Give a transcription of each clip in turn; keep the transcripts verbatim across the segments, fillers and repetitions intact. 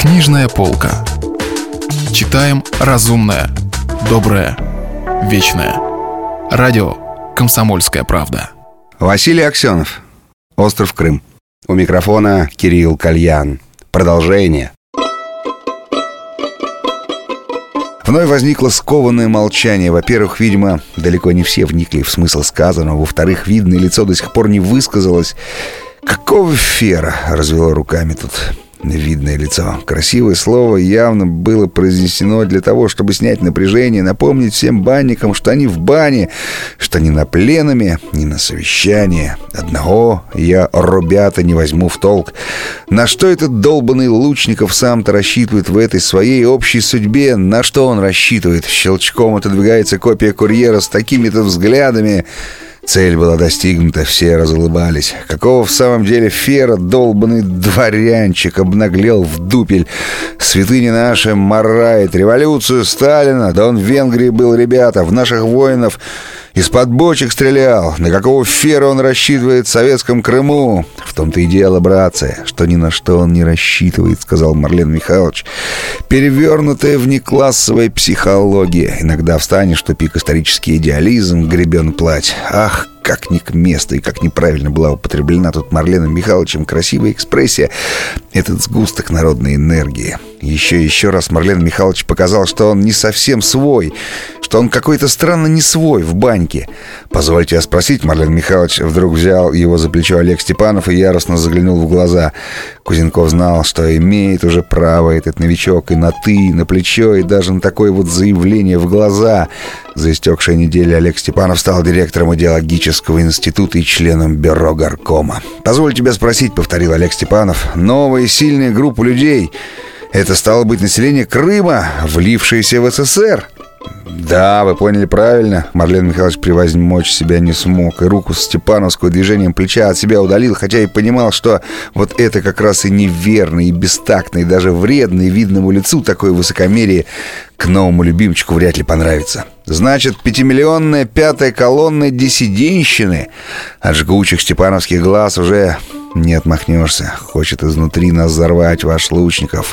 Книжная полка. Читаем разумное, доброе, вечное. Радио «Комсомольская правда». Василий Аксенов. Остров Крым. У микрофона Кирилл Кальян. Продолжение. Вновь возникло скованное молчание. Во-первых, видимо, далеко не все вникли в смысл сказанного. Во-вторых, видное лицо до сих пор не высказалось. «Какого фера?» — развело руками тут видное лицо. Красивое слово явно было произнесено для того, чтобы снять напряжение, напомнить всем банникам, что они в бане, что ни на пленуме, ни на совещании. Одного я, ребята, не возьму в толк. На что этот долбанный Лучников сам-то рассчитывает в этой своей общей судьбе? На что он рассчитывает? Щелчком отодвигается копия курьера с такими-то взглядами. Цель была достигнута, все разулыбались. Какого в самом деле фера долбанный дворянчик обнаглел в дупель? Святыня наша марает революцию Сталина. Да он в Венгрии был, ребята, в наших воинов из-под бочек стрелял. На какого фера он рассчитывает в советском Крыму? В том-то и дело, братцы, что ни на что он не рассчитывает, сказал Марлен Михайлович. Перевернутая внеклассовая психология. Иногда встанешь в тупик исторический идеализм, гребен плать. Ах, как не к месту и как неправильно была употреблена тут Марленом Михайловичем красивая экспрессия. Этот сгусток народной энергии. Еще и еще раз Марлен Михайлович показал, что он не совсем свой, что он какой-то странно не свой в баньке. «Позвольте я спросить, Марлен Михайлович», вдруг взял его за плечо Олег Степанов и яростно заглянул в глаза. Кузенков знал, что имеет уже право этот новичок и на «ты», и на плечо, и даже на такое вот заявление в глаза. За истекшие недели Олег Степанов стал директором идеологического института и членом бюро горкома. «Позволь тебя спросить», — повторил Олег Степанов, — «новая сильная группа людей — это стало быть население Крыма, влившееся в СССР?» «Да, вы поняли правильно». Марлен Михайлович превозмочь себя не смог и руку с степановского движением плеча от себя удалил, хотя и понимал, что вот это как раз и неверно, и бестактно, и даже вредно, и видному лицу такое высокомерие к новому любимчику вряд ли понравится. «Значит, пятимиллионная пятая колонна диссидентщины?» От жгучих степановских глаз уже не отмахнешься. Хочет изнутри нас взорвать ваш Лучников.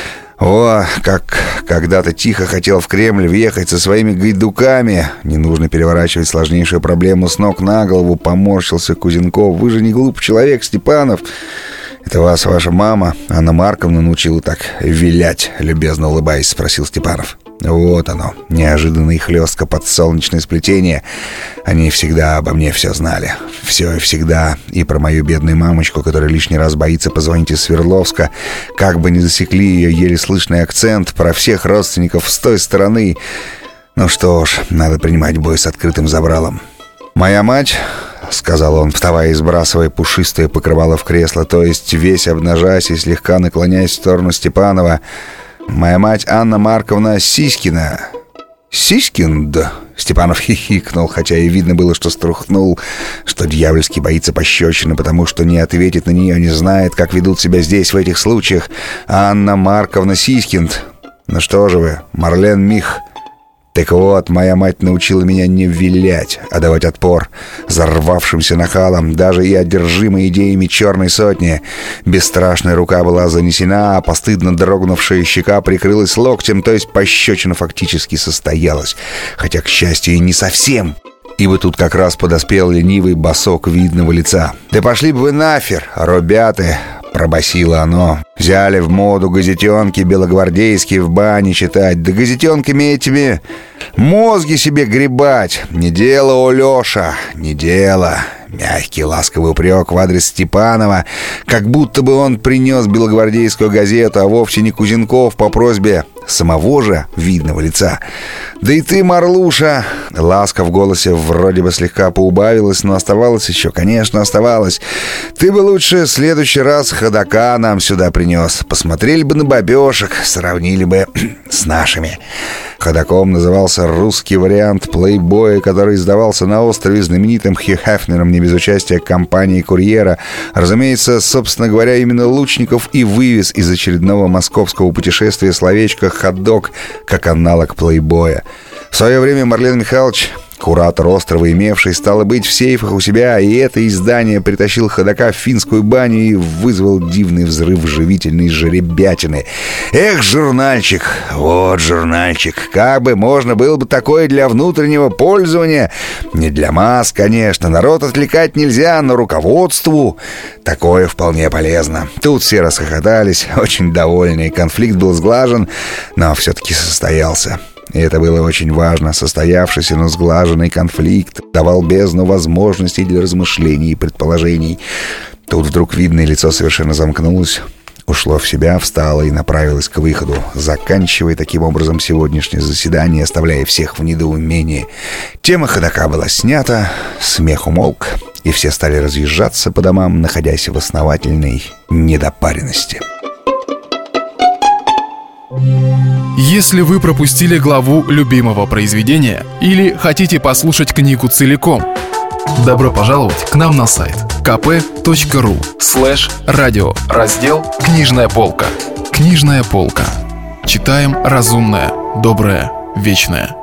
О, как когда-то тихо хотел в Кремль въехать со своими гайдуками. Не нужно переворачивать сложнейшую проблему с ног на голову, поморщился Кузенков. Вы же не глупый человек, Степанов. Это вас ваша мама, Анна Марковна, научила так вилять, любезно улыбаясь, спросил Степанов. Вот оно, неожиданно и хлестко под солнечное сплетение. Они всегда обо мне все знали. Все и всегда. И про мою бедную мамочку, которая лишний раз боится позвонить из Свердловска. Как бы не засекли ее еле слышный акцент. Про всех родственников с той стороны. Ну что ж, надо принимать бой с открытым забралом. «Моя мать», — сказал он, вставая и сбрасывая пушистое покрывало в кресло, то есть весь обнажаясь и слегка наклоняясь в сторону Степанова, «моя мать Анна Марковна Сиськина». «Сиськин, да?» Степанов хихикнул, хотя и видно было, что струхнул, что дьявольски боится пощечины, потому что не ответит на нее, не знает, как ведут себя здесь в этих случаях. «Анна Марковна Сиськин». «Ну что же вы, Марлен Мих?» «Так вот, моя мать научила меня не вилять, а давать отпор зарвавшимся нахалам, даже и одержимой идеями черной сотни. Бесстрашная рука была занесена, а постыдно дрогнувшая щека прикрылась локтем, то есть пощечина фактически состоялась. Хотя, к счастью, и не совсем, ибо тут как раз подоспел ленивый босок видного лица. «Да пошли бы вы нафер, ребята!» — пробасило оно. «Взяли в моду газетенки белогвардейские в бане читать. Да газетенками этими мозги себе гребать. Не дело, о Леша, не дело». Мягкий ласковый упрек в адрес Степанова, как будто бы он принес белогвардейскую газету, а вовсе не Кузенков по просьбе самого же видного лица. «Да и ты, Марлуша!» Ласка в голосе вроде бы слегка поубавилась, но оставалась еще, конечно, оставалась. «Ты бы лучше в следующий раз ходока нам сюда принес. Посмотрели бы на бабешек, сравнили бы с нашими». Ходоком назывался русский вариант плейбоя, который издавался на острове знаменитым Хью Хефнером не без участия компании «Курьера». Разумеется, собственно говоря, именно Лучников и вывез из очередного московского путешествия словечко «хот-дог» как аналог плейбоя. В свое время Марлен Михайлович, куратор острова, имевший, стало быть, в сейфах у себя, и это издание притащил ходока в финскую баню и вызвал дивный взрыв живительной жеребятины. Эх, журнальчик, вот журнальчик, как бы можно было бы такое для внутреннего пользования, не для масс, конечно, народ отвлекать нельзя, но руководству такое вполне полезно. Тут все расхохотались, очень довольны, конфликт был сглажен, но все-таки состоялся. И это было очень важно. Состоявшийся, но сглаженный конфликт давал бездну возможностей для размышлений и предположений. Тут вдруг видное лицо совершенно замкнулось, ушло в себя, встало и направилось к выходу, заканчивая таким образом сегодняшнее заседание, оставляя всех в недоумении. Тема ходока была снята, смех умолк, и все стали разъезжаться по домам, находясь в основательной недопаренности. Если вы пропустили главу любимого произведения или хотите послушать книгу целиком, добро пожаловать к нам на сайт kp.ru слэш радио, раздел «Книжная полка». Книжная полка. Читаем разумное, доброе, вечное.